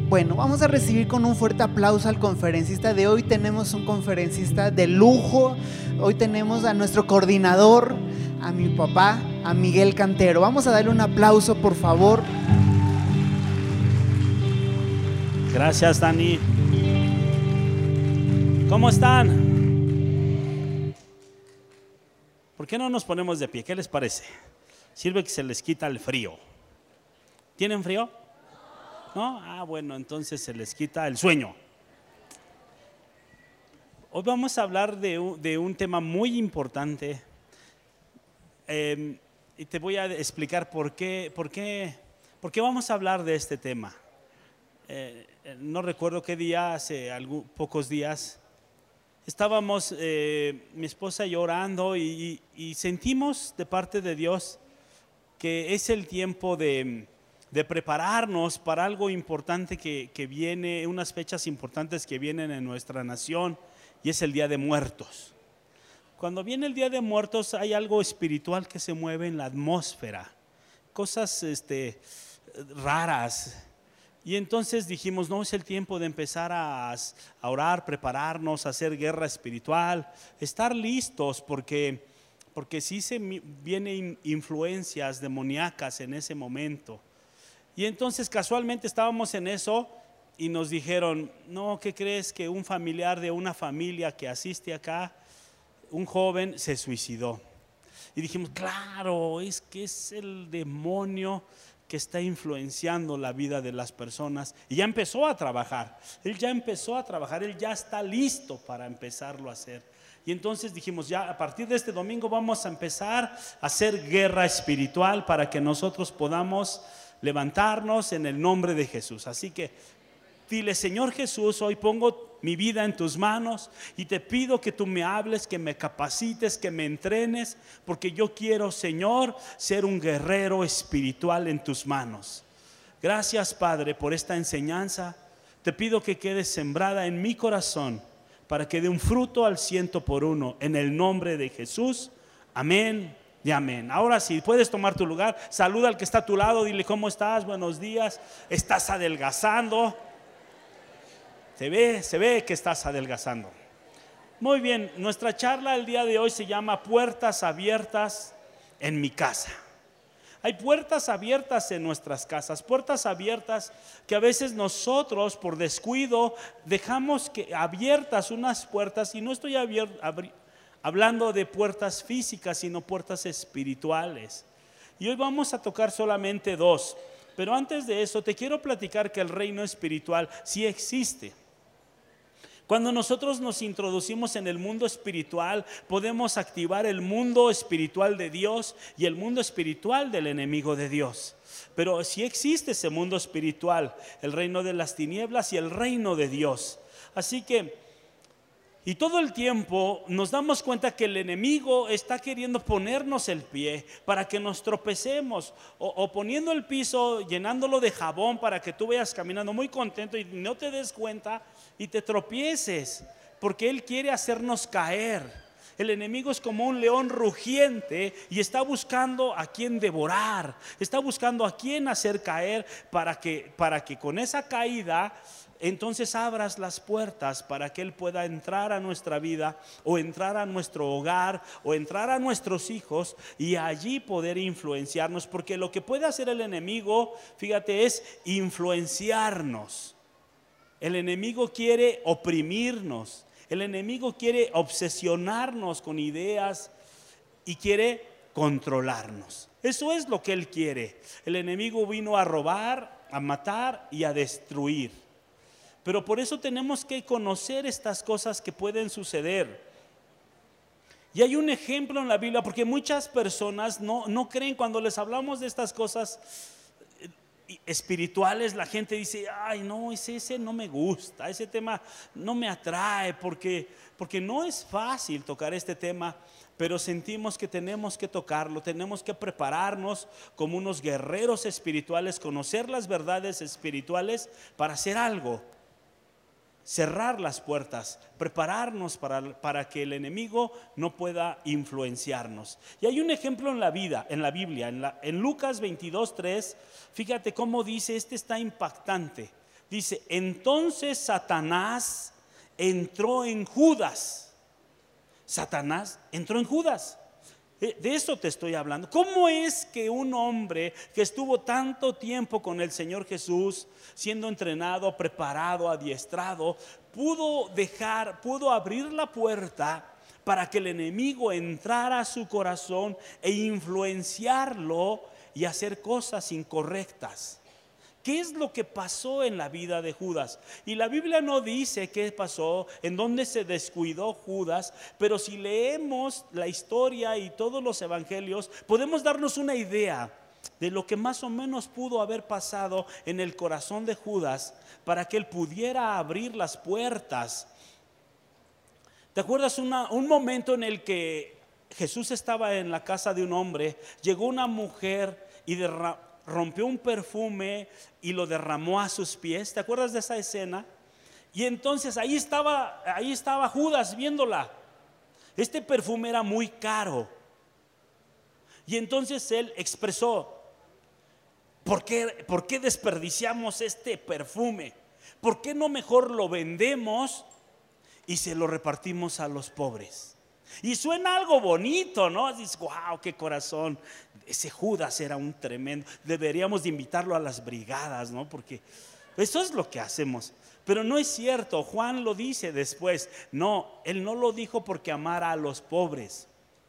Bueno, vamos a recibir con un fuerte aplauso al conferencista de hoy. Tenemos un conferencista de lujo. Hoy tenemos a nuestro coordinador, a mi papá, a Miguel Cantero. Vamos a darle un aplauso, por favor. Gracias, Dani. ¿Cómo están? ¿Por qué no nos ponemos de pie? ¿Qué les parece? Sirve que se les quita el frío. ¿Tienen frío? ¿No? Ah, bueno, entonces se les quita el sueño. Hoy vamos a hablar de un tema muy importante y te voy a explicar por qué vamos a hablar de este tema. No recuerdo qué día, hace pocos días, estábamos mi esposa y yo orando y sentimos de parte de Dios que es el tiempo de prepararnos para algo importante que viene, unas fechas importantes que vienen en nuestra nación, y es el Día de Muertos. Cuando viene el Día de Muertos hay algo espiritual que se mueve en la atmósfera, cosas raras. Y entonces dijimos, no, es el tiempo de empezar a orar, prepararnos, a hacer guerra espiritual, estar listos porque sí vienen influencias demoníacas en ese momento. Y entonces casualmente estábamos en eso y nos dijeron, no, ¿qué crees? Que un familiar de una familia que asiste acá, un joven, se suicidó. Y dijimos, claro, es que es el demonio que está influenciando la vida de las personas. Y ya empezó a trabajar, él ya está listo para empezarlo a hacer. Y entonces dijimos, ya a partir de este domingo vamos a empezar a hacer guerra espiritual para que nosotros podamos levantarnos en el nombre de Jesús. Así que dile, Señor Jesús, hoy pongo mi vida en tus manos y te pido que tú me hables, que me capacites, que me entrenes, porque yo quiero, Señor, ser un guerrero espiritual en tus manos. Gracias, Padre, por esta enseñanza. Te pido que quede sembrada en mi corazón para que dé un fruto al 100%, en el nombre de Jesús. Amén y amén. Ahora sí, puedes tomar tu lugar. Saluda al que está a tu lado, dile, ¿cómo estás? Buenos días. ¿Estás adelgazando? Se ve que estás adelgazando. Muy bien, nuestra charla el día de hoy se llama Puertas abiertas en mi casa. Hay puertas abiertas en nuestras casas, puertas abiertas que a veces nosotros por descuido dejamos abiertas unas puertas, y no estoy hablando de puertas físicas, sino puertas espirituales. Y hoy vamos a tocar solamente dos. Pero antes de eso te quiero platicar que el reino espiritual sí existe. Cuando nosotros nos introducimos en el mundo espiritual, podemos activar el mundo espiritual de Dios y el mundo espiritual del enemigo de Dios. Pero sí existe ese mundo espiritual, el reino de las tinieblas y el reino de Dios. Así que, y todo el tiempo nos damos cuenta que el enemigo está queriendo ponernos el pie para que nos tropecemos, o poniendo el piso, llenándolo de jabón para que tú vayas caminando muy contento y no te des cuenta y te tropieces, porque él quiere hacernos caer. El enemigo es como un león rugiente y está buscando a quien devorar, está buscando a quien hacer caer para que con esa caída entonces abras las puertas para que él pueda entrar a nuestra vida, o entrar a nuestro hogar, o entrar a nuestros hijos, y allí poder influenciarnos. Porque lo que puede hacer el enemigo, fíjate, es influenciarnos. El enemigo quiere oprimirnos, el enemigo quiere obsesionarnos con ideas y quiere controlarnos. Eso es lo que él quiere. El enemigo vino a robar, a matar y a destruir. Pero por eso tenemos que conocer estas cosas que pueden suceder. Y hay un ejemplo en la Biblia, porque muchas personas no creen cuando les hablamos de estas cosas espirituales. La gente dice, ay no, ese no me gusta, ese tema no me atrae, porque no es fácil tocar este tema. Pero sentimos que tenemos que tocarlo, tenemos que prepararnos como unos guerreros espirituales, conocer las verdades espirituales para hacer algo. Cerrar las puertas, prepararnos para que el enemigo no pueda influenciarnos. Y hay un ejemplo en la Biblia, en Lucas 22:3, fíjate cómo dice, está impactante. Dice, entonces Satanás entró en Judas. Satanás entró en Judas. De eso te estoy hablando. ¿Cómo es que un hombre que estuvo tanto tiempo con el Señor Jesús, siendo entrenado, preparado, adiestrado, pudo abrir la puerta para que el enemigo entrara a su corazón e influenciarlo y hacer cosas incorrectas? ¿Qué es lo que pasó en la vida de Judas? Y la Biblia no dice qué pasó, en dónde se descuidó Judas, pero si leemos la historia y todos los evangelios, podemos darnos una idea de lo que más o menos pudo haber pasado en el corazón de Judas para que él pudiera abrir las puertas. ¿Te acuerdas un momento en el que Jesús estaba en la casa de un hombre? Llegó una mujer y rompió un perfume y lo derramó a sus pies. ¿Te acuerdas de esa escena? Y entonces ahí estaba Judas viéndola. Este perfume era muy caro. Y entonces él expresó: ¿por qué desperdiciamos este perfume? ¿Por qué no mejor lo vendemos y se lo repartimos a los pobres? Y suena algo bonito, ¿no? Dices, wow, qué corazón. Ese Judas era un tremendo. Deberíamos de invitarlo a las brigadas, ¿no? Porque eso es lo que hacemos. Pero no es cierto. Juan lo dice después. No, él no lo dijo porque amara a los pobres.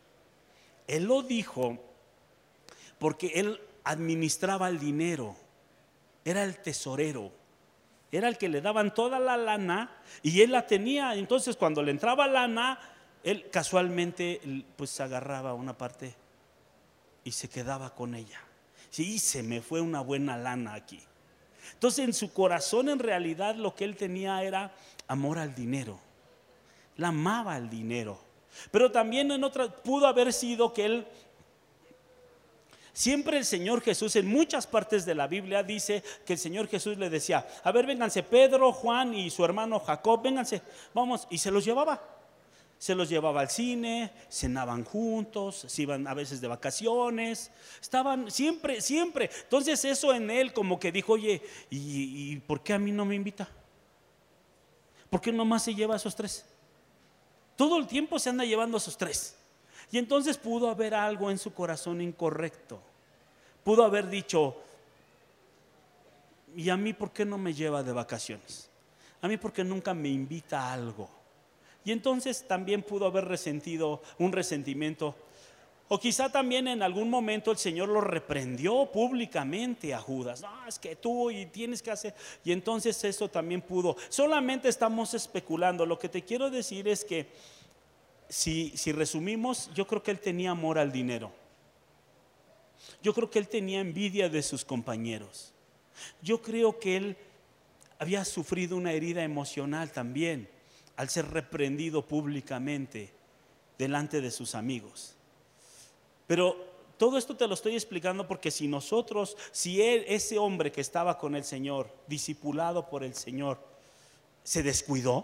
Él lo dijo porque él administraba el dinero. Era el tesorero. Era el que le daban toda la lana y él la tenía. Entonces cuando le entraba lana, él casualmente pues agarraba una parte y se quedaba con ella. Sí, se me fue una buena lana aquí. Entonces en su corazón en realidad lo que él tenía era amor al dinero. Él amaba el dinero. Pero también en otra pudo haber sido que él, siempre el Señor Jesús en muchas partes de la Biblia dice que el Señor Jesús le decía: a ver, vénganse Pedro, Juan y su hermano Jacob, vénganse, vamos, y se los llevaba. Se los llevaba al cine, cenaban juntos, se iban a veces de vacaciones, estaban siempre. Entonces eso en él como que dijo: oye, ¿y por qué a mí no me invita? ¿Por qué nomás se lleva a esos tres? Todo el tiempo se anda llevando a esos tres. Y entonces pudo haber algo en su corazón incorrecto. Pudo haber dicho: ¿y a mí por qué no me lleva de vacaciones? ¿A mí por qué nunca me invita a algo? Y entonces también pudo haber resentido un resentimiento. O quizá también en algún momento el Señor lo reprendió públicamente a Judas. No, es que tú y tienes que hacer. Y entonces eso también pudo. Solamente estamos especulando. Lo que te quiero decir es que si resumimos, yo creo que él tenía amor al dinero. Yo creo que él tenía envidia de sus compañeros. Yo creo que él había sufrido una herida emocional también al ser reprendido públicamente delante de sus amigos. Pero todo esto te lo estoy explicando porque si ese hombre que estaba con el Señor, discipulado por el Señor, se descuidó,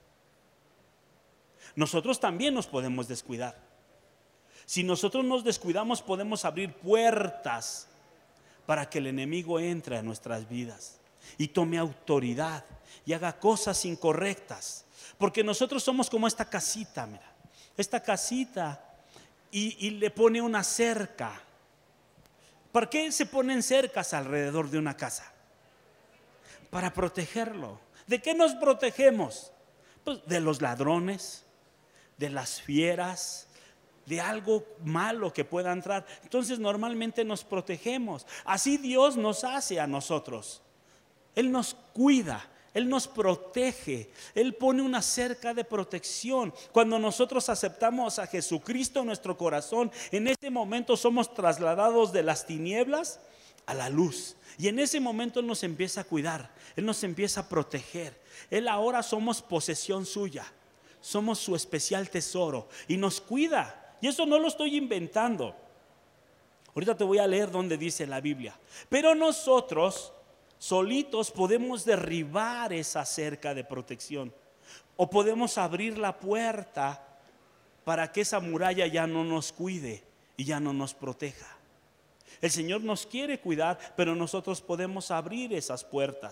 nosotros también nos podemos descuidar. Si nosotros nos descuidamos, podemos abrir puertas para que el enemigo entre a nuestras vidas y tome autoridad y haga cosas incorrectas. Porque nosotros somos como esta casita, mira, esta casita y le pone una cerca. ¿Por qué se ponen cercas alrededor de una casa? Para protegerlo. ¿De qué nos protegemos? Pues de los ladrones, de las fieras, de algo malo que pueda entrar. Entonces normalmente nos protegemos. Así Dios nos hace a nosotros. Él nos cuida, Él nos protege, Él pone una cerca de protección. Cuando nosotros aceptamos a Jesucristo en nuestro corazón, en ese momento somos trasladados de las tinieblas a la luz. Y en ese momento Él nos empieza a cuidar, Él nos empieza a proteger. Él ahora somos posesión suya, somos su especial tesoro y nos cuida. Y eso no lo estoy inventando. Ahorita te voy a leer donde dice la Biblia. Pero nosotros solitos podemos derribar esa cerca de protección o podemos abrir la puerta para que esa muralla ya no nos cuide y ya no nos proteja. El Señor nos quiere cuidar, pero nosotros podemos abrir esas puertas.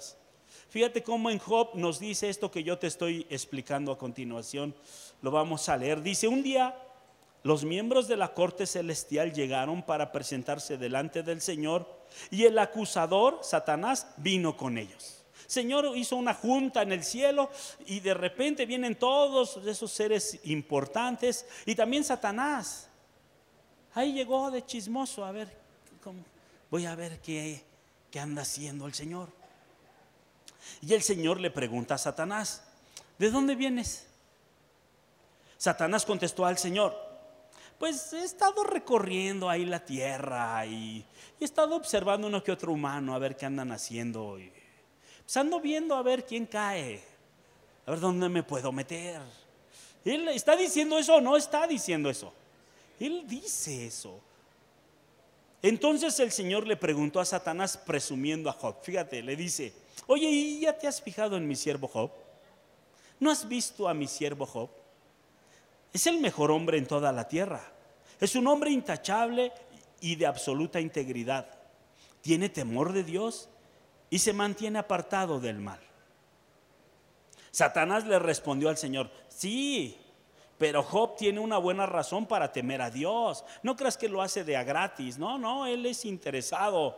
Fíjate cómo en Job nos dice esto que yo te estoy explicando a continuación. Lo vamos a leer. Dice: un día los miembros de la corte celestial llegaron para presentarse delante del Señor, y el acusador, Satanás, vino con ellos. El Señor hizo una junta en el cielo y de repente vienen todos esos seres importantes y también Satanás. Ahí llegó de chismoso, a ver, voy a ver qué anda haciendo el Señor. Y el Señor le pregunta a Satanás: ¿de dónde vienes? Satanás contestó al Señor: pues he estado recorriendo ahí la tierra y he estado observando uno que otro humano, a ver qué andan haciendo. Y pues ando viendo a ver quién cae, a ver dónde me puedo meter. ¿Él está diciendo eso o no está diciendo eso? Él dice eso. Entonces el Señor le preguntó a Satanás, presumiendo a Job. Fíjate, le dice: oye, ¿y ya te has fijado en mi siervo Job? ¿No has visto a mi siervo Job? Es el mejor hombre en toda la tierra. Es un hombre intachable y de absoluta integridad. Tiene temor de Dios y se mantiene apartado del mal. Satanás le respondió al Señor: sí, pero Job tiene una buena razón para temer a Dios. No creas que lo hace de a gratis. No, él es interesado.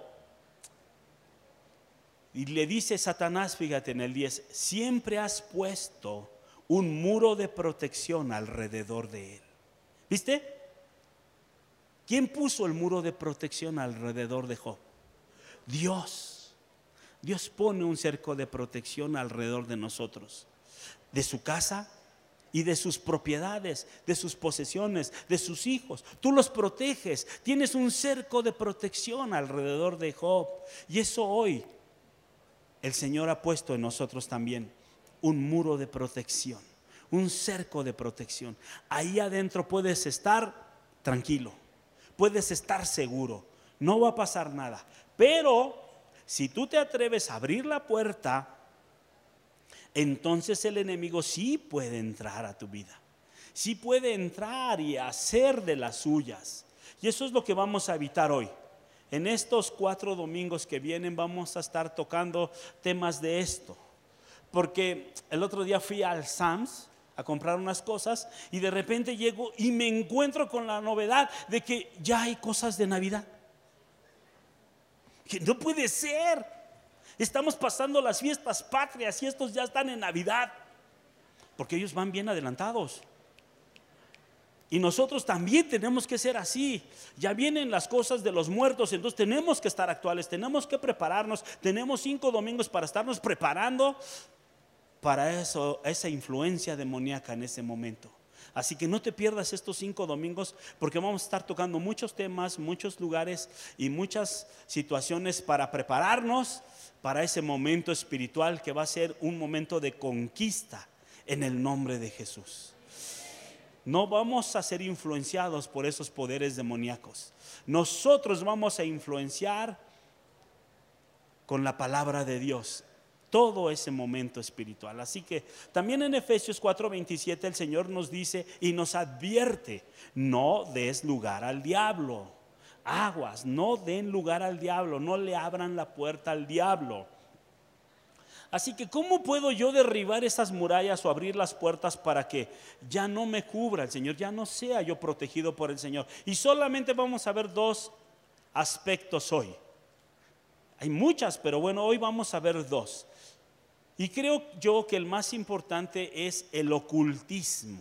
Y le dice Satanás, fíjate en el 10: siempre has puesto un muro de protección alrededor de él. ¿Viste? ¿Quién puso el muro de protección alrededor de Job? Dios. Dios pone un cerco de protección alrededor de nosotros, de su casa y de sus propiedades, de sus posesiones, de sus hijos. Tú los proteges. Tienes un cerco de protección alrededor de Job. Y eso hoy el Señor ha puesto en nosotros también. Un muro de protección, un cerco de protección. Ahí adentro puedes estar tranquilo, puedes estar seguro, no va a pasar nada. Pero si tú te atreves a abrir la puerta, entonces el enemigo sí puede entrar a tu vida, sí puede entrar y hacer de las suyas. Y eso es lo que vamos a evitar hoy. En estos 4 domingos que vienen vamos a estar tocando temas de esto. Porque el otro día fui al Sam's a comprar unas cosas y de repente llego y me encuentro con la novedad de que ya hay cosas de Navidad. Que no puede ser. Estamos pasando las fiestas patrias y estos ya están en Navidad. Porque ellos van bien adelantados. Y nosotros también tenemos que ser así. Ya vienen las cosas de los muertos, entonces tenemos que estar actuales, tenemos que prepararnos. Tenemos 5 domingos para estarnos preparando para eso, esa influencia demoníaca en ese momento. Así que no te pierdas estos 5 domingos, porque vamos a estar tocando muchos temas, muchos lugares y muchas situaciones para prepararnos para ese momento espiritual que va a ser un momento de conquista en el nombre de Jesús. No vamos a ser influenciados por esos poderes demoníacos. Nosotros vamos a influenciar con la palabra de Dios todo ese momento espiritual. Así que también en Efesios 4:27 el Señor nos dice y nos advierte: no des lugar al diablo. Aguas, no den lugar al diablo, no le abran la puerta al diablo. Así que ¿cómo puedo yo derribar esas murallas o abrir las puertas para que ya no me cubra el Señor, ya no sea yo protegido por el Señor? Y solamente vamos a ver 2 aspectos hoy. Hay muchas, pero bueno, hoy vamos a ver 2. Y creo yo que el más importante es el ocultismo.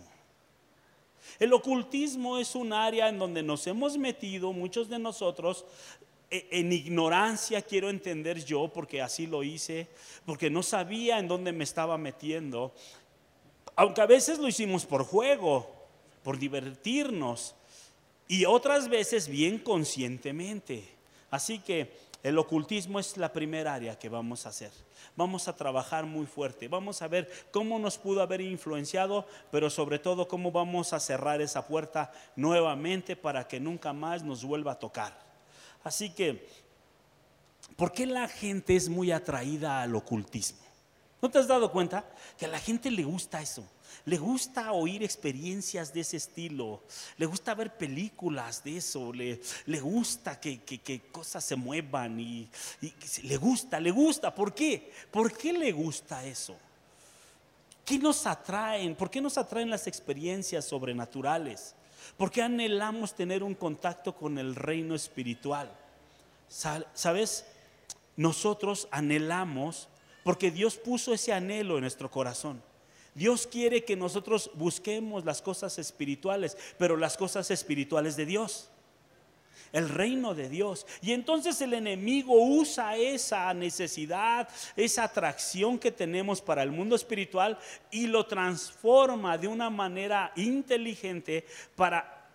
El ocultismo es un área en donde nos hemos metido muchos de nosotros en ignorancia, quiero entender yo, porque así lo hice, porque no sabía en dónde me estaba metiendo. Aunque a veces lo hicimos por juego, por divertirnos, y otras veces bien conscientemente. Así que el ocultismo es la primera área que vamos a hacer. Vamos a trabajar muy fuerte. Vamos a ver cómo nos pudo haber influenciado, pero sobre todo cómo vamos a cerrar esa puerta nuevamente para que nunca más nos vuelva a tocar. Así que, ¿por qué la gente es muy atraída al ocultismo? ¿No te has dado cuenta que a la gente le gusta eso? Le gusta oír experiencias de ese estilo, le gusta ver películas de eso, le gusta que cosas se muevan y le gusta. ¿Por qué? ¿Por qué le gusta eso? ¿Qué nos atraen? ¿Por qué nos atraen las experiencias sobrenaturales? ¿Por qué anhelamos tener un contacto con el reino espiritual? ¿Sabes? Nosotros anhelamos porque Dios puso ese anhelo en nuestro corazón. Dios quiere que nosotros busquemos las cosas espirituales, pero las cosas espirituales de Dios, el reino de Dios. Y entonces el enemigo usa esa necesidad, esa atracción que tenemos para el mundo espiritual y lo transforma de una manera inteligente para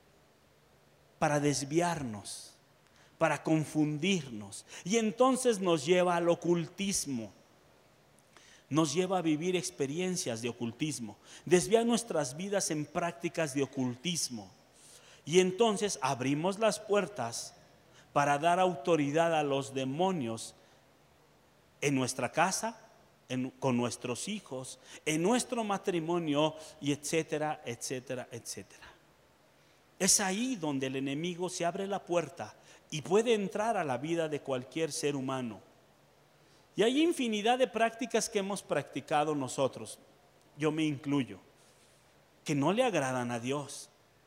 desviarnos, para confundirnos. Y entonces nos lleva al ocultismo. Nos lleva a vivir experiencias de ocultismo, desvía nuestras vidas en prácticas de ocultismo. Y entonces abrimos las puertas para dar autoridad a los demonios en nuestra casa, con nuestros hijos, en nuestro matrimonio, y etcétera, etcétera, etcétera. Es ahí donde el enemigo se abre la puerta y puede entrar a la vida de cualquier ser humano. Y hay infinidad de prácticas que hemos practicado nosotros, yo me incluyo, que no le agradan a Dios.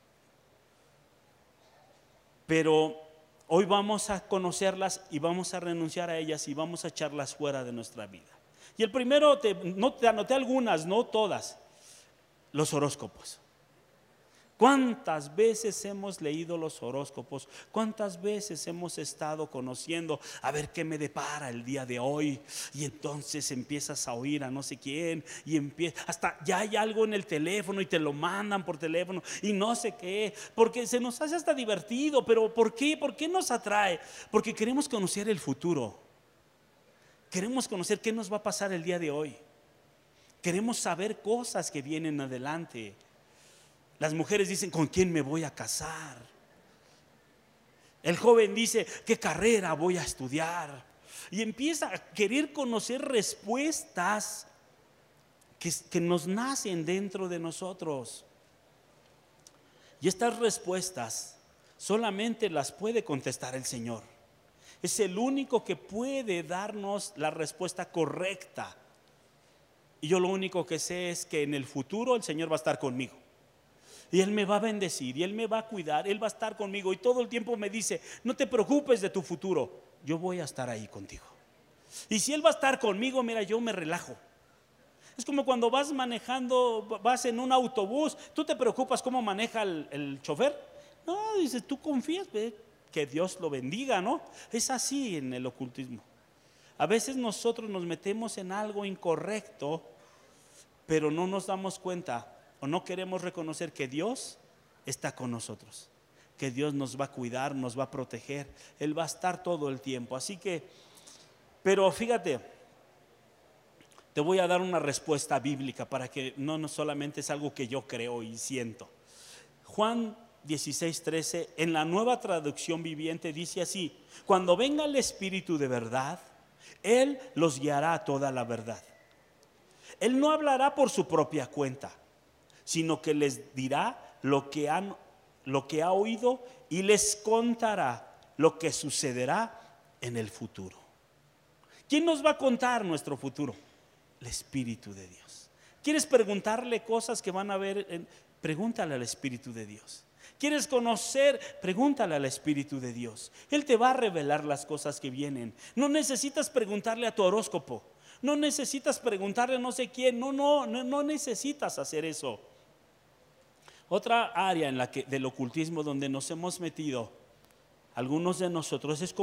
Pero hoy vamos a conocerlas y vamos a renunciar a ellas y vamos a echarlas fuera de nuestra vida. Y el primero, te anoté algunas, no todas, los horóscopos. ¿Cuántas veces hemos leído los horóscopos? ¿Cuántas veces hemos estado conociendo a ver qué me depara el día de hoy? Y entonces empiezas a oír a no sé quién y hasta ya hay algo en el teléfono y te lo mandan por teléfono y no sé qué, porque se nos hace hasta divertido. Pero ¿por qué? ¿Por qué nos atrae? Porque queremos conocer el futuro. Queremos conocer qué nos va a pasar el día de hoy. Queremos saber cosas que vienen adelante. Las mujeres dicen, ¿con quién me voy a casar? El joven dice, ¿qué carrera voy a estudiar? Y empieza a querer conocer respuestas que nos nacen dentro de nosotros. Y estas respuestas solamente las puede contestar el Señor. Es el único que puede darnos la respuesta correcta. Y yo lo único que sé es que en el futuro el Señor va a estar conmigo. Y Él me va a bendecir y Él me va a cuidar, Él va a estar conmigo. Y todo el tiempo me dice, no te preocupes de tu futuro, yo voy a estar ahí contigo. Y si Él va a estar conmigo, mira, yo me relajo. Es como cuando vas manejando, vas en un autobús, ¿tú te preocupas cómo maneja el chofer? No, dices, tú confías, que Dios lo bendiga, ¿no? Es así en el ocultismo. A veces nosotros nos metemos en algo incorrecto, pero no nos damos cuenta o no queremos reconocer que Dios está con nosotros, que Dios nos va a cuidar, nos va a proteger, Él va a estar todo el tiempo. Así que, pero fíjate, te voy a dar una respuesta bíblica para que no solamente es algo que yo creo y siento. Juan 16:13 en la Nueva Traducción Viviente dice así: cuando venga el Espíritu de verdad, Él los guiará a toda la verdad. Él no hablará por su propia cuenta, sino que les dirá lo que ha oído y les contará lo que sucederá en el futuro. ¿Quién nos va a contar nuestro futuro? El Espíritu de Dios. ¿Quieres preguntarle cosas que van a ver? Pregúntale al Espíritu de Dios. ¿Quieres conocer? Pregúntale al Espíritu de Dios. Él te va a revelar las cosas que vienen. No necesitas preguntarle a tu horóscopo. No necesitas preguntarle a no sé quién. No necesitas hacer eso. Otra área en la que del ocultismo donde nos hemos metido algunos de nosotros es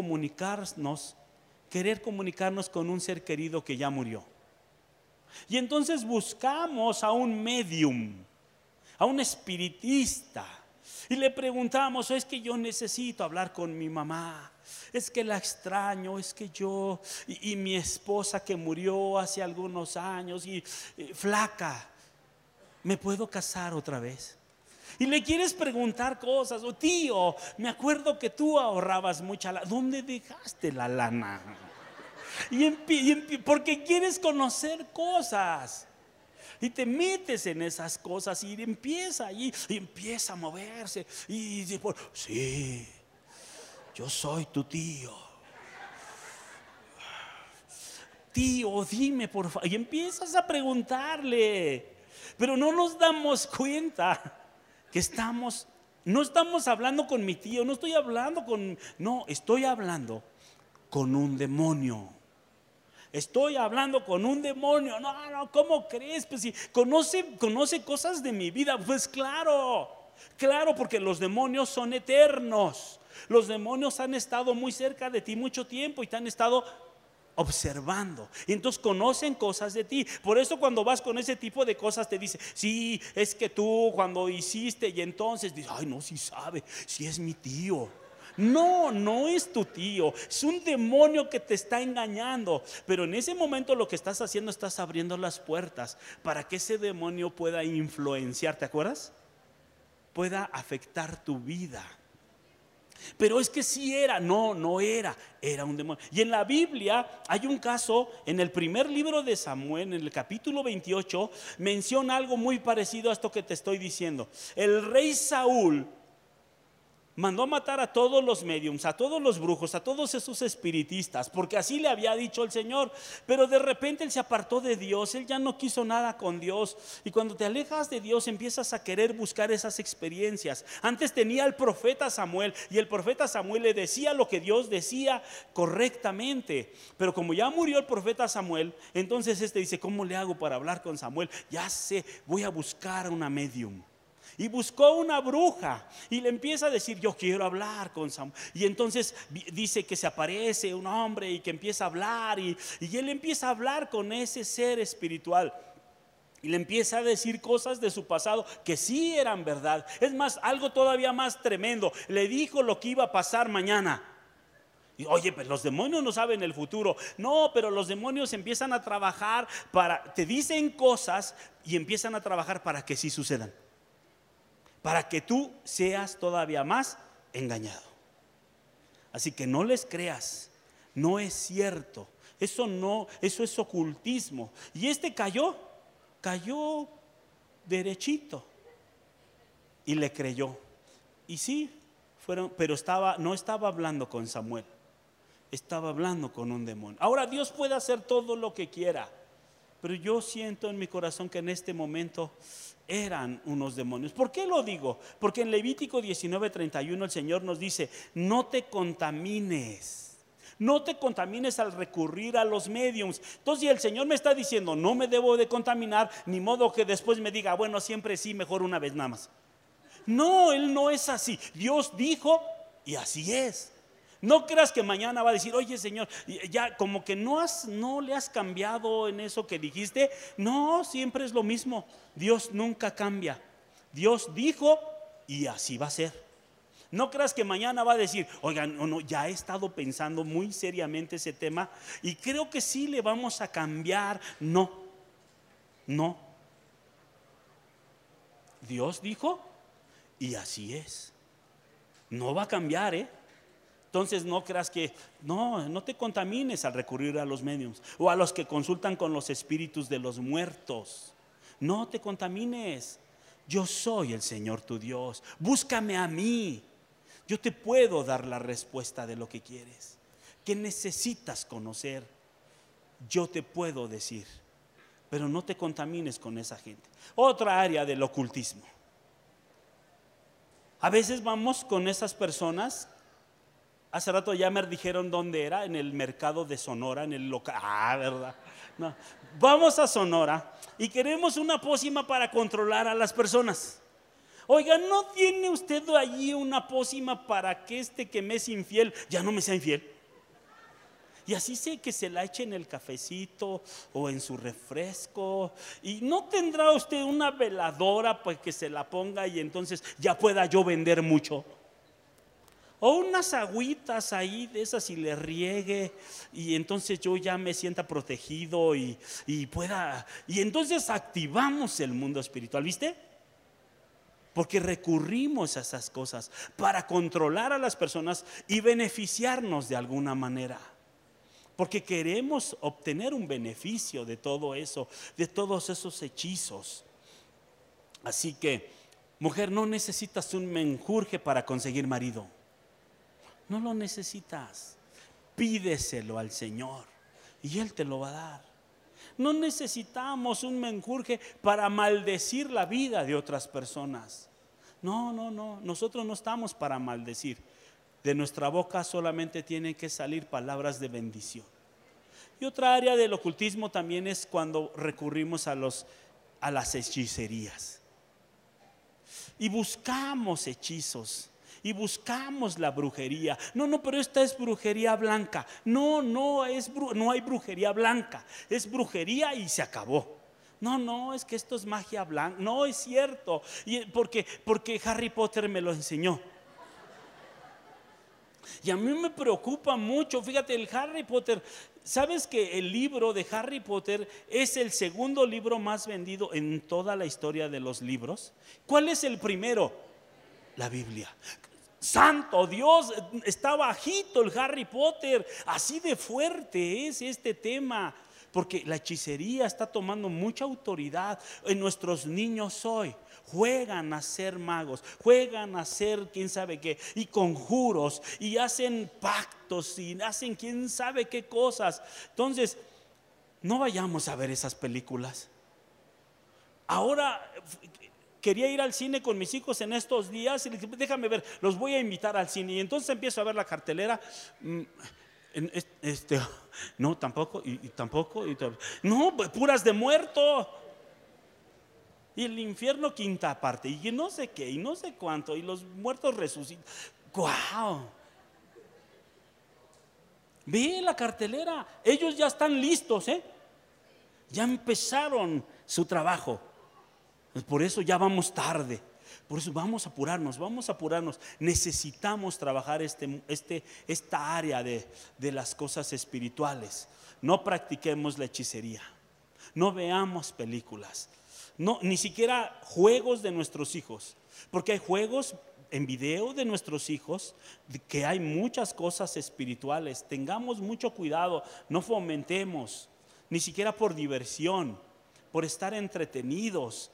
querer comunicarnos con un ser querido que ya murió. Y entonces buscamos a un medium, a un espiritista, y le preguntamos: es que yo necesito hablar con mi mamá, es que la extraño, es que yo y mi esposa que murió hace algunos años y flaca, ¿me puedo casar otra vez? Y le quieres preguntar cosas. O tío, me acuerdo que tú ahorrabas mucha lana. ¿Dónde dejaste la lana? Porque quieres conocer cosas. Y te metes en esas cosas y empieza allí, y empieza a moverse. Y dice, sí, yo soy tu tío. Tío, dime por favor. Y empiezas a preguntarle. Pero no nos damos cuenta que no estamos hablando con mi tío, no, estoy hablando con un demonio. Estoy hablando con un demonio. No, ¿cómo crees? Pues si conoce cosas de mi vida. Pues claro, porque los demonios son eternos. Los demonios han estado muy cerca de ti mucho tiempo y te han estado observando, y entonces conocen cosas de ti. Por eso cuando vas con ese tipo de cosas te dice, sí, es que tú cuando hiciste, y entonces dices, ay no, sí sabe, sí es mi tío. No es tu tío, es un demonio que te está engañando. Pero en ese momento lo que estás haciendo, estás abriendo las puertas para que ese demonio pueda influenciar, ¿te acuerdas? Pueda afectar tu vida. Pero es que sí era, no era un demonio. Y en la Biblia hay un caso, en el primer libro de Samuel, en el capítulo 28, menciona algo muy parecido a esto que te estoy diciendo. El rey Saúl mandó matar a todos los médiums, a todos los brujos, a todos esos espiritistas, porque así le había dicho el Señor. Pero de repente él se apartó de Dios, él ya no quiso nada con Dios. Y cuando te alejas de Dios empiezas a querer buscar esas experiencias. Antes tenía el profeta Samuel, y el profeta Samuel le decía lo que Dios decía correctamente. Pero como ya murió el profeta Samuel, entonces dice, ¿cómo le hago para hablar con Samuel? Ya sé, voy a buscar a una medium. Y buscó una bruja y le empieza a decir, yo quiero hablar con Samuel. Y entonces dice que se aparece un hombre y que empieza a hablar, y él empieza a hablar con ese ser espiritual. Y le empieza a decir cosas de su pasado que sí eran verdad. Es más, algo todavía más tremendo. Le dijo lo que iba a pasar mañana. Y oye, pues los demonios no saben el futuro. No, pero los demonios empiezan a trabajar te dicen cosas y empiezan a trabajar para que sí sucedan, para que tú seas todavía más engañado. Así que no les creas, no es cierto. Eso es ocultismo. Y cayó derechito y le creyó. Y sí, pero no estaba hablando con Samuel, estaba hablando con un demonio. Ahora Dios puede hacer todo lo que quiera, pero yo siento en mi corazón que en este momento eran unos demonios. ¿Por qué lo digo? Porque en Levítico 19:31 el Señor nos dice, no te contamines al recurrir a los médiums. Entonces el Señor me está diciendo, no me debo de contaminar, ni modo que después me diga, bueno, siempre sí, mejor una vez nada más. No, Él no es así. Dios dijo y así es. No creas que mañana va a decir, oye Señor, ya como que no le has cambiado en eso que dijiste. No, siempre es lo mismo. Dios nunca cambia. Dios dijo y así va a ser. No creas que mañana va a decir, oigan, no, ya he estado pensando muy seriamente ese tema y creo que sí le vamos a cambiar. No. Dios dijo y así es. No va a cambiar, Entonces no creas que, no te contamines al recurrir a los médiums o a los que consultan con los espíritus de los muertos. No te contamines. Yo soy el Señor tu Dios. Búscame a mí. Yo te puedo dar la respuesta de lo que quieres. ¿Qué necesitas conocer? Yo te puedo decir. Pero no te contamines con esa gente. Otra área del ocultismo. A veces vamos con esas personas. Hace rato ya me dijeron dónde era, en el mercado de Sonora, en el local. ¿Verdad? No. Vamos a Sonora y queremos una pócima para controlar a las personas. Oiga, ¿no tiene usted allí una pócima para que que me es infiel ya no me sea infiel? Y así sé que se la eche en el cafecito o en su refresco. Y no tendrá usted una veladora pues que se la ponga y entonces ya pueda yo vender mucho. O unas agüitas ahí de esas y le riegue y entonces yo ya me sienta protegido y pueda. Y entonces activamos el mundo espiritual, ¿viste? Porque recurrimos a esas cosas para controlar a las personas y beneficiarnos de alguna manera. porque queremos obtener un beneficio de todo eso, de todos esos hechizos. Así que, mujer, no necesitas un menjurje para conseguir marido. No lo necesitas. Pídeselo al Señor y Él te lo va a dar. No necesitamos un menjurje para maldecir la vida de otras personas. No, nosotros no estamos para maldecir. De nuestra boca solamente tienen que salir palabras de bendición. Y otra área del ocultismo también es cuando recurrimos a las hechicerías. Y buscamos hechizos. Y buscamos la brujería. No, pero esta es brujería blanca. No hay brujería blanca. Es brujería y se acabó. No, es que esto es magia blanca. No es cierto. Porque Harry Potter me lo enseñó. Y a mí me preocupa mucho. Fíjate, el Harry Potter. ¿Sabes que el libro de Harry Potter es el segundo libro más vendido en toda la historia de los libros? ¿Cuál es el primero? La Biblia. Santo Dios, está bajito el Harry Potter. Así de fuerte es este tema, porque la hechicería está tomando mucha autoridad en nuestros niños hoy. Juegan a ser magos, juegan a ser quién sabe qué, y conjuros, y hacen pactos, y hacen quién sabe qué cosas. Entonces, no vayamos a ver esas películas. Ahora quería ir al cine con mis hijos en estos días y les dije, déjame ver, los voy a invitar al cine. Y entonces empiezo a ver la cartelera. No, tampoco, y tampoco. No, puras de muerto. Y el infierno quinta parte, y no sé qué, y no sé cuánto, y los muertos resucitan. ¡Guau! Ve la cartelera, ellos ya están listos, ya empezaron su trabajo. Por eso ya vamos tarde. Por eso vamos a apurarnos. Necesitamos trabajar esta área de las cosas espirituales. No practiquemos la hechicería. No veamos películas. No, ni siquiera juegos de nuestros hijos. Porque hay juegos en video de nuestros hijos que hay muchas cosas espirituales. Tengamos mucho cuidado. No fomentemos. Ni siquiera por diversión, por estar entretenidos.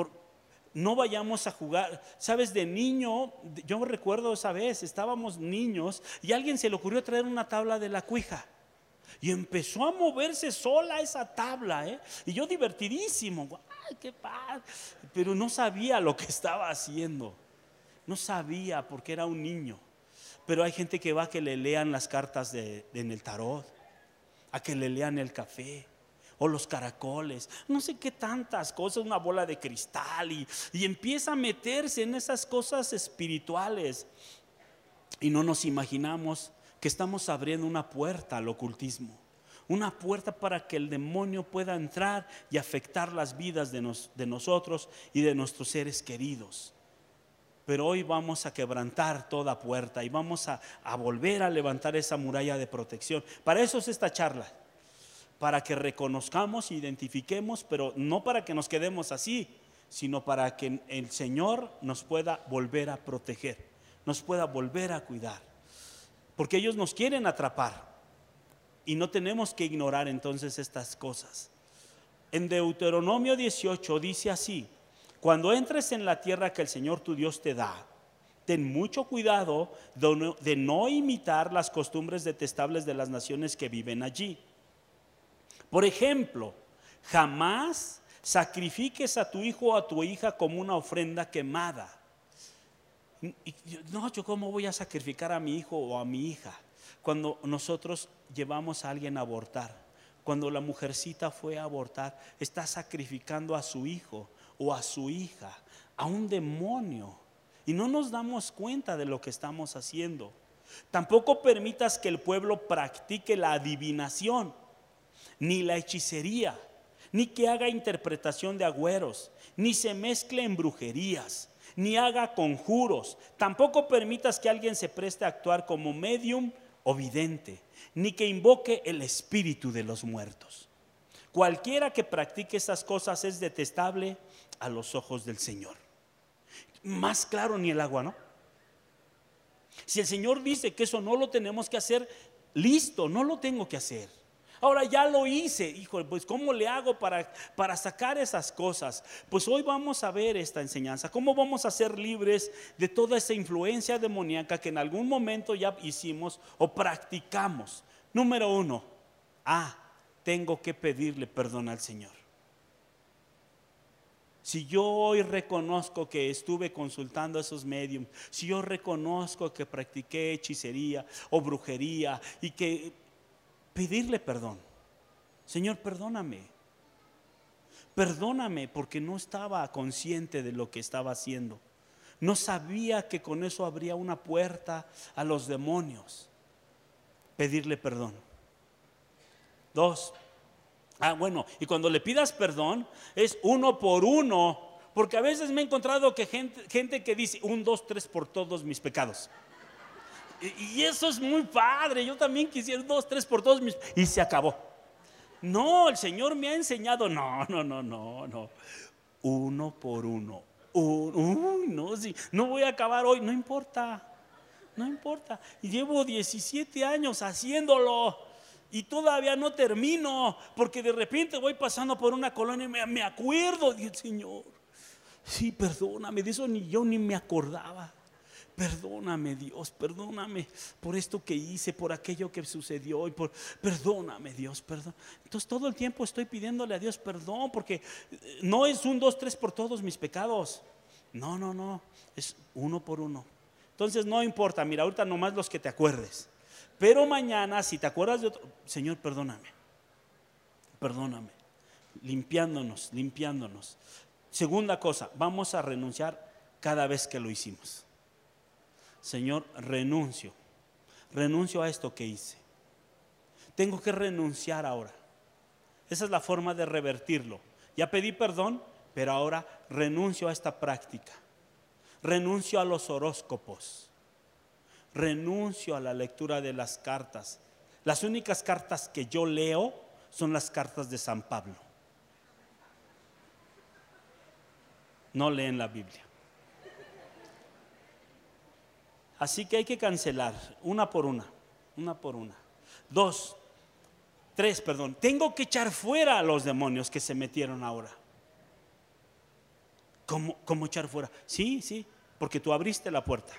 No vayamos a jugar. Sabes, de niño, yo me recuerdo esa vez, estábamos niños y a alguien se le ocurrió traer una tabla de la cuija y empezó a moverse sola esa tabla, y yo divertidísimo, ¡ay, qué padre! Pero no sabía lo que estaba haciendo. No sabía porque era un niño. Pero hay gente que va a que le lean las cartas en el tarot, a que le lean el café o los caracoles, no sé qué tantas cosas, una bola de cristal, y empieza a meterse en esas cosas espirituales. Y no nos imaginamos que estamos abriendo una puerta al ocultismo, una puerta para que el demonio pueda entrar y afectar las vidas de nosotros y de nuestros seres queridos. Pero hoy vamos a quebrantar toda puerta y vamos a volver a levantar esa muralla de protección. Para eso es esta charla, para que reconozcamos, identifiquemos, pero no para que nos quedemos así, sino para que el Señor nos pueda volver a proteger, nos pueda volver a cuidar, porque ellos nos quieren atrapar y no tenemos que ignorar entonces estas cosas. En Deuteronomio 18 dice así: cuando entres en la tierra que el Señor tu Dios te da, ten mucho cuidado de no imitar las costumbres detestables de las naciones que viven allí. Por ejemplo, jamás sacrifiques a tu hijo o a tu hija como una ofrenda quemada. No, yo cómo voy a sacrificar a mi hijo o a mi hija. Cuando nosotros llevamos a alguien a abortar, cuando la mujercita fue a abortar, está sacrificando a su hijo o a su hija, a un demonio, y no nos damos cuenta de lo que estamos haciendo. Tampoco permitas que el pueblo practique la adivinación, ni la hechicería, ni que haga interpretación de agüeros, ni se mezcle en brujerías, ni haga conjuros. Tampoco permitas que alguien se preste a actuar como medium o vidente, ni que invoque el espíritu de los muertos. Cualquiera que practique estas cosas es detestable a los ojos del Señor. Más claro ni el agua, ¿no? Si el Señor dice que eso no lo tenemos que hacer, listo, no lo tengo que hacer. Ahora ya lo hice, hijo, pues ¿cómo le hago para sacar esas cosas? Pues hoy vamos a ver esta enseñanza, cómo vamos a ser libres de toda esa influencia demoníaca que en algún momento ya hicimos o practicamos. Número 1, tengo que pedirle perdón al Señor. Si yo hoy reconozco que estuve consultando a esos mediums, si yo reconozco que practiqué hechicería o brujería y que pedirle perdón. Señor, perdóname. Perdóname porque no estaba consciente de lo que estaba haciendo. No sabía que con eso abría una puerta a los demonios. Pedirle perdón. 2. Y cuando le pidas perdón es 1 por 1, porque a veces me he encontrado que gente que dice 1, 2, 3 por todos mis pecados. Y eso es muy padre. Yo también quisiera 2, 3 por todos mis, y se acabó. No, el Señor me ha enseñado. No. 1 por 1. No, sí, no voy a acabar hoy. No importa. Y llevo 17 años haciéndolo y todavía no termino, porque de repente voy pasando por una colonia y me acuerdo del Señor. Sí, perdóname, de eso yo ni me acordaba. Perdóname, Dios, perdóname por esto que hice, por aquello que sucedió perdóname, Dios, perdón. Entonces todo el tiempo estoy pidiéndole a Dios perdón, porque no es 1, 2, 3 por todos mis pecados. No, es 1 por 1. Entonces no importa, mira, ahorita nomás los que te acuerdes, pero mañana si te acuerdas de otro, Señor, perdóname, limpiándonos. Segunda cosa, vamos a renunciar cada vez que lo hicimos. Señor, renuncio a esto que hice. Tengo que renunciar ahora. Esa es la forma de revertirlo. Ya pedí perdón, pero ahora renuncio a esta práctica. Renuncio a los horóscopos. Renuncio a la lectura de las cartas. Las únicas cartas que yo leo son las cartas de San Pablo. No leen la Biblia. Así que hay que cancelar 1 por 1. 2, 3, tengo que echar fuera a los demonios que se metieron ahora. ¿Cómo echar fuera? Sí, porque tú abriste la puerta.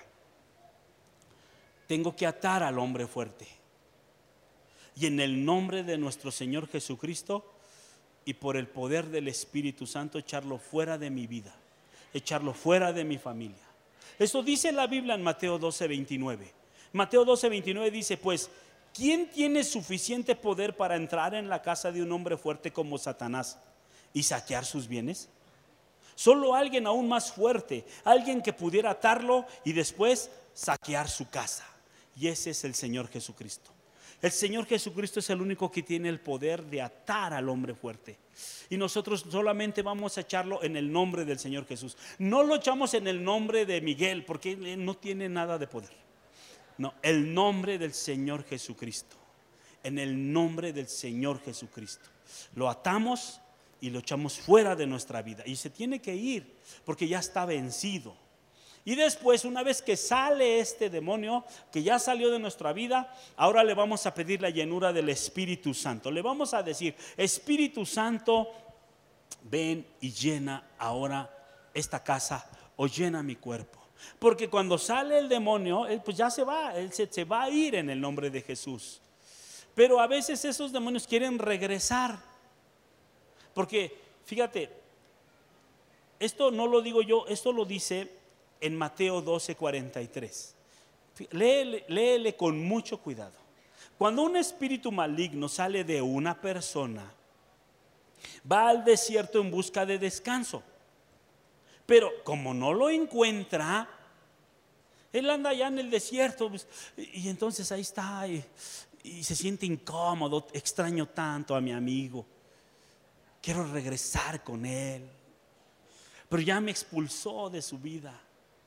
Tengo que atar al hombre fuerte. Y en el nombre de nuestro Señor Jesucristo y por el poder del Espíritu Santo, echarlo fuera de mi vida, echarlo fuera de mi familia. Eso dice la Biblia en Mateo 12:29. Mateo 12:29 dice, pues, ¿quién tiene suficiente poder para entrar en la casa de un hombre fuerte como Satanás y saquear sus bienes? Solo alguien aún más fuerte, alguien que pudiera atarlo y después saquear su casa. Y ese es el Señor Jesucristo. El Señor Jesucristo es el único que tiene el poder de atar al hombre fuerte. Y nosotros solamente vamos a echarlo en el nombre del Señor Jesús. No lo echamos en el nombre de Miguel, porque él no tiene nada de poder. No, el nombre del Señor Jesucristo. En el nombre del Señor Jesucristo. Lo atamos y lo echamos fuera de nuestra vida. Y se tiene que ir, porque ya está vencido. Y después, una vez que sale este demonio, que ya salió de nuestra vida, ahora le vamos a pedir la llenura del Espíritu Santo. Le vamos a decir, Espíritu Santo, ven y llena ahora esta casa o llena mi cuerpo. Porque cuando sale el demonio, él pues ya se va, él se va a ir en el nombre de Jesús. Pero a veces esos demonios quieren regresar. Porque, fíjate, esto no lo digo yo, esto lo dice en Mateo 12:43. Léele con mucho cuidado. Cuando un espíritu maligno sale de una persona, va al desierto en busca de descanso. Pero como no lo encuentra, él anda allá en el desierto, y entonces ahí está y se siente incómodo. Extraño tanto a mi amigo, quiero regresar con él, pero ya me expulsó de su vida.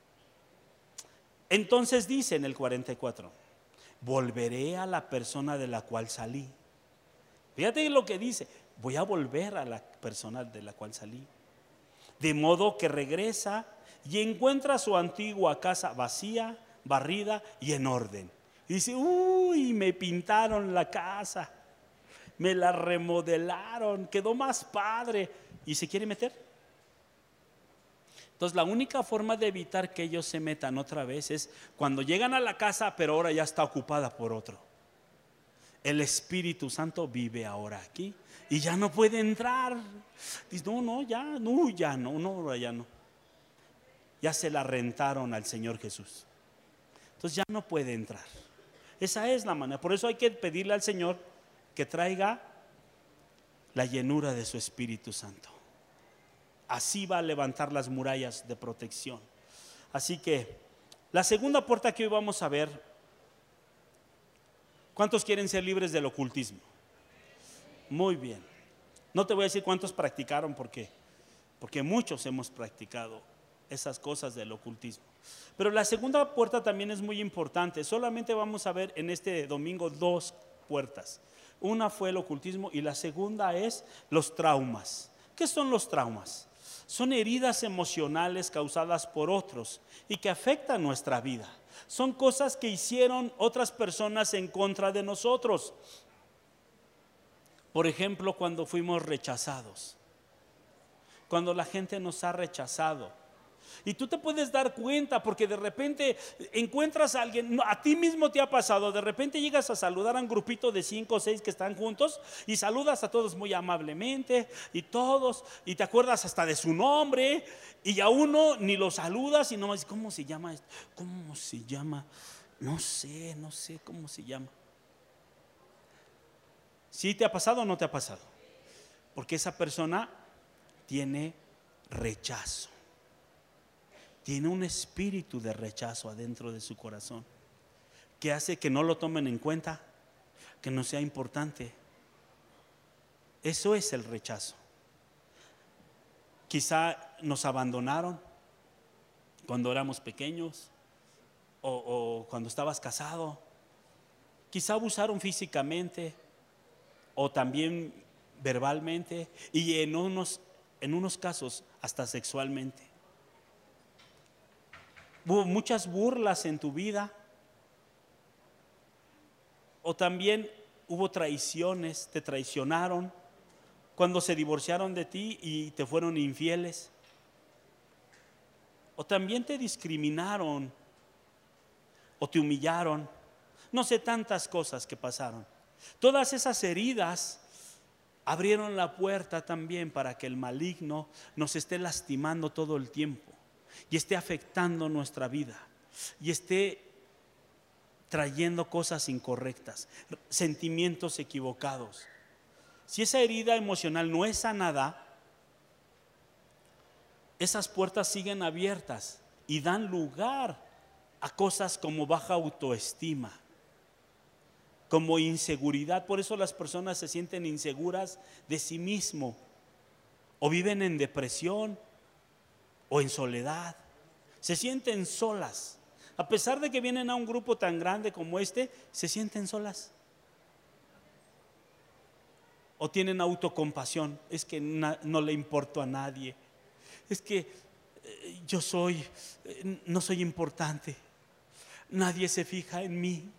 Entonces dice en el 44, volveré a la persona de la cual salí. Fíjate lo que dice, voy a volver a la persona de la cual salí. De modo que regresa y encuentra su antigua casa vacía, barrida y en orden. Y dice, uy, me pintaron la casa, me la remodelaron, quedó más padre. ¿Y se quiere meter? Entonces la única forma de evitar que ellos se metan otra vez es cuando llegan a la casa, pero ahora ya está ocupada por otro. El Espíritu Santo vive ahora aquí y ya no puede entrar. Dice, ya no. Ya se la rentaron al Señor Jesús. Entonces ya no puede entrar. Esa es la manera. Por eso hay que pedirle al Señor que traiga la llenura de su Espíritu Santo. Así va a levantar las murallas de protección. Así que la segunda puerta que hoy vamos a ver. ¿Cuántos quieren ser libres del ocultismo? Muy bien. No te voy a decir cuántos practicaron porque muchos hemos practicado esas cosas del ocultismo. Pero la segunda puerta también es muy importante. Solamente vamos a ver en este domingo 2 puertas. Una fue el ocultismo y la segunda es los traumas. ¿Qué son los traumas? Son heridas emocionales causadas por otros y que afectan nuestra vida. Son cosas que hicieron otras personas en contra de nosotros. Por ejemplo, cuando fuimos rechazados, cuando la gente nos ha rechazado. Y tú te puedes dar cuenta porque de repente encuentras a alguien, a ti mismo te ha pasado, de repente llegas a saludar a un grupito de 5 o 6 que están juntos y saludas a todos muy amablemente y todos, y te acuerdas hasta de su nombre y a uno ni lo saludas y no dices, ¿cómo se llama esto? ¿Cómo se llama? No sé cómo se llama. ¿Sí te ha pasado o no te ha pasado? Porque esa persona tiene rechazo. Tiene un espíritu de rechazo adentro de su corazón que hace que no lo tomen en cuenta, que no sea importante. Eso es el rechazo. Quizá nos abandonaron cuando éramos pequeños o cuando estabas casado. Quizá abusaron físicamente o también verbalmente y en unos casos hasta sexualmente. Hubo muchas burlas en tu vida. O también hubo traiciones, te traicionaron cuando se divorciaron de ti y te fueron infieles. O también te discriminaron o te humillaron. No sé, tantas cosas que pasaron. Todas esas heridas abrieron la puerta también para que el maligno nos esté lastimando todo el tiempo y esté afectando nuestra vida y esté trayendo cosas incorrectas, sentimientos equivocados. Si esa herida emocional no es sanada, esas puertas siguen abiertas y dan lugar a cosas como baja autoestima, como inseguridad. Por eso las personas se sienten inseguras de sí mismo o viven en depresión o en soledad, se sienten solas. A pesar de que vienen a un grupo tan grande como este, se sienten solas. O tienen autocompasión, es que no le importo a nadie, es que no soy importante, nadie se fija en mí.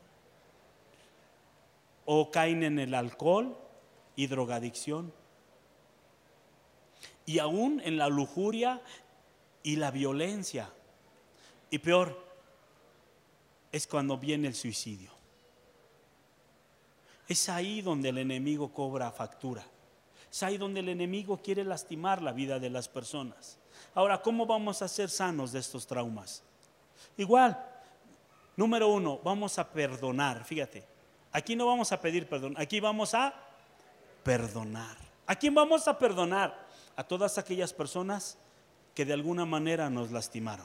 O caen en el alcohol y drogadicción, y aún en la lujuria y la violencia. Y peor es cuando viene el suicidio. Es ahí donde el enemigo cobra factura. Es ahí donde el enemigo quiere lastimar la vida de las personas. Ahora, ¿cómo vamos a ser sanos de estos traumas? Igual, número 1, vamos a perdonar. Fíjate, aquí no vamos a pedir perdón, aquí vamos a perdonar. ¿A quién vamos a perdonar? A todas aquellas personas que de alguna manera nos lastimaron.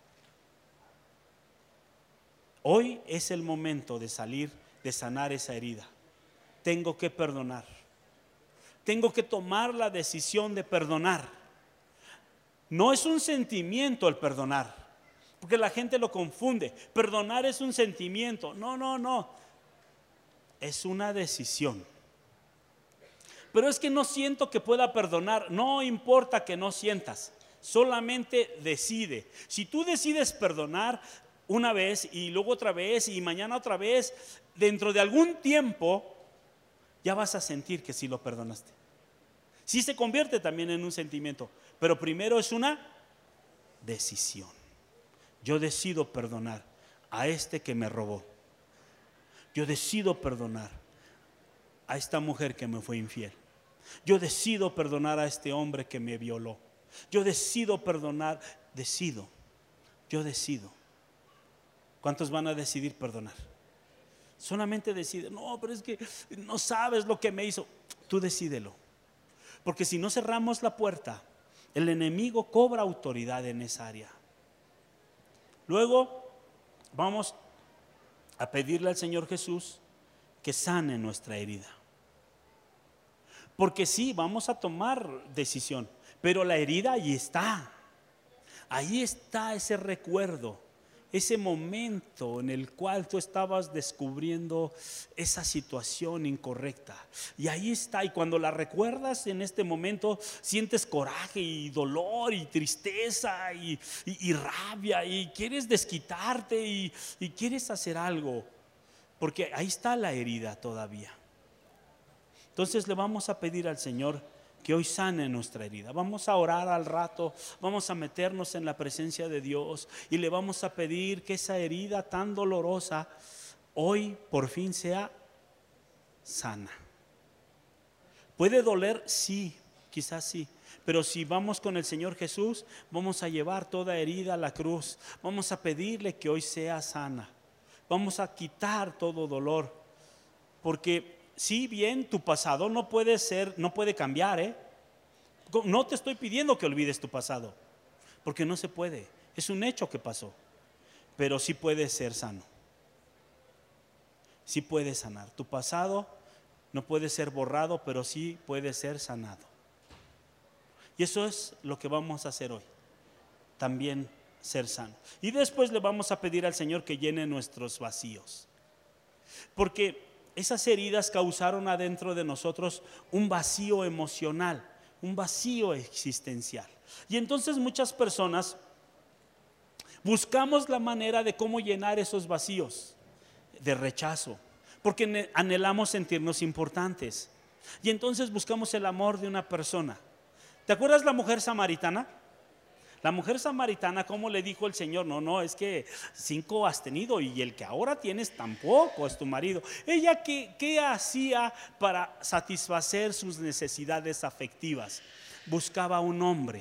Hoy es el momento de salir, de sanar esa herida. Tengo que perdonar. Tengo que tomar la decisión de perdonar. No es un sentimiento el perdonar, porque la gente lo confunde. Perdonar es un sentimiento. No. Es una decisión. Pero es que no siento que pueda perdonar. No importa que no sientas. Solamente decide. Si tú decides perdonar, una vez y luego otra vez y mañana otra vez, dentro de algún tiempo ya vas a sentir que sí lo perdonaste. Sí se convierte también en un sentimiento, pero primero es una decisión. Yo decido perdonar a este que me robó. Yo decido perdonar a esta mujer que me fue infiel. Yo decido perdonar a este hombre que me violó. Yo decido perdonar, yo decido. ¿Cuántos van a decidir perdonar? Solamente decide, no, pero es que no sabes lo que me hizo. Tú decídelo. Porque si no cerramos la puerta, el enemigo cobra autoridad en esa área. Luego vamos a pedirle al Señor Jesús que sane nuestra herida. Porque sí, vamos a tomar decisión, pero la herida ahí está. Ahí está ese recuerdo, ese momento en el cual tú estabas descubriendo esa situación incorrecta. Y ahí está, y cuando la recuerdas en este momento, sientes coraje y dolor y tristeza y rabia, y quieres desquitarte y quieres hacer algo, porque ahí está la herida todavía. Entonces le vamos a pedir al Señor que hoy sane nuestra herida. Vamos a orar al rato, vamos a meternos en la presencia de Dios y le vamos a pedir que esa herida tan dolorosa hoy por fin sea sana. ¿Puede doler? Sí, quizás sí. Pero si vamos con el Señor Jesús, vamos a llevar toda herida a la cruz. Vamos a pedirle que hoy sea sana. Vamos a quitar todo dolor. Porque si bien tu pasado no puede cambiar, no te estoy pidiendo que olvides tu pasado, porque no se puede, es un hecho que pasó, pero sí puede ser sano, sí puede sanar. Tu pasado no puede ser borrado, pero sí puede ser sanado. Y eso es lo que vamos a hacer hoy, también ser sano. Y después le vamos a pedir al Señor que llene nuestros vacíos, porque esas heridas causaron adentro de nosotros un vacío emocional, un vacío existencial. Y entonces muchas personas buscamos la manera de cómo llenar esos vacíos de rechazo, porque anhelamos sentirnos importantes. Y entonces buscamos el amor de una persona. ¿Te acuerdas la mujer samaritana? La mujer samaritana, ¿cómo le dijo el Señor? No, es que 5 has tenido y el que ahora tienes tampoco es tu marido. Ella, ¿qué hacía para satisfacer sus necesidades afectivas? Buscaba un hombre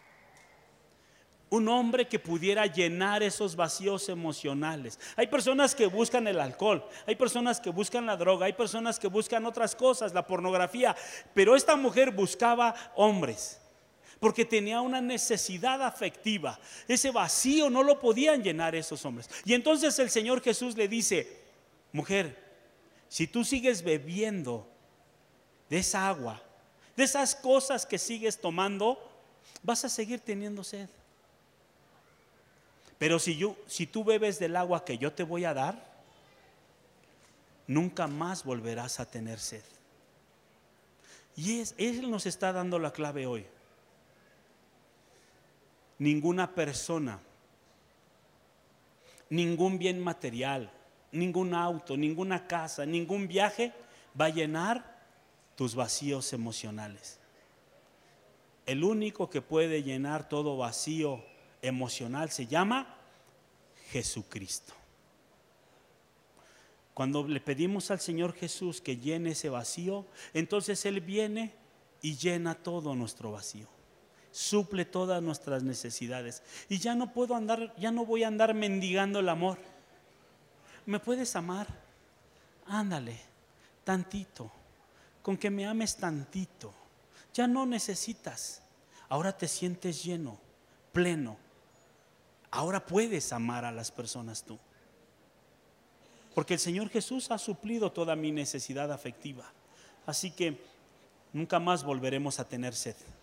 que pudiera llenar esos vacíos emocionales. Hay personas que buscan el alcohol, hay personas que buscan la droga, hay personas que buscan otras cosas, la pornografía, pero esta mujer buscaba hombres, porque tenía una necesidad afectiva. Ese vacío no lo podían llenar esos hombres. Y entonces el Señor Jesús le dice: mujer, si tú sigues bebiendo de esa agua, de esas cosas que sigues tomando, vas a seguir teniendo sed. Pero si tú bebes del agua que yo te voy a dar, nunca más volverás a tener sed. Y Él nos está dando la clave hoy. Ninguna persona, ningún bien material, ningún auto, ninguna casa, ningún viaje va a llenar tus vacíos emocionales. El único que puede llenar todo vacío emocional se llama Jesucristo. Cuando le pedimos al Señor Jesús que llene ese vacío, entonces Él viene y llena todo nuestro vacío, suple todas nuestras necesidades. Y ya no voy a andar mendigando el amor. ¿Me puedes amar? Ándale, tantito, con que me ames tantito. Ya no necesitas. Ahora te sientes lleno, pleno. Ahora puedes amar a las personas tú, porque el Señor Jesús ha suplido toda mi necesidad afectiva. Así que nunca más volveremos a tener sed.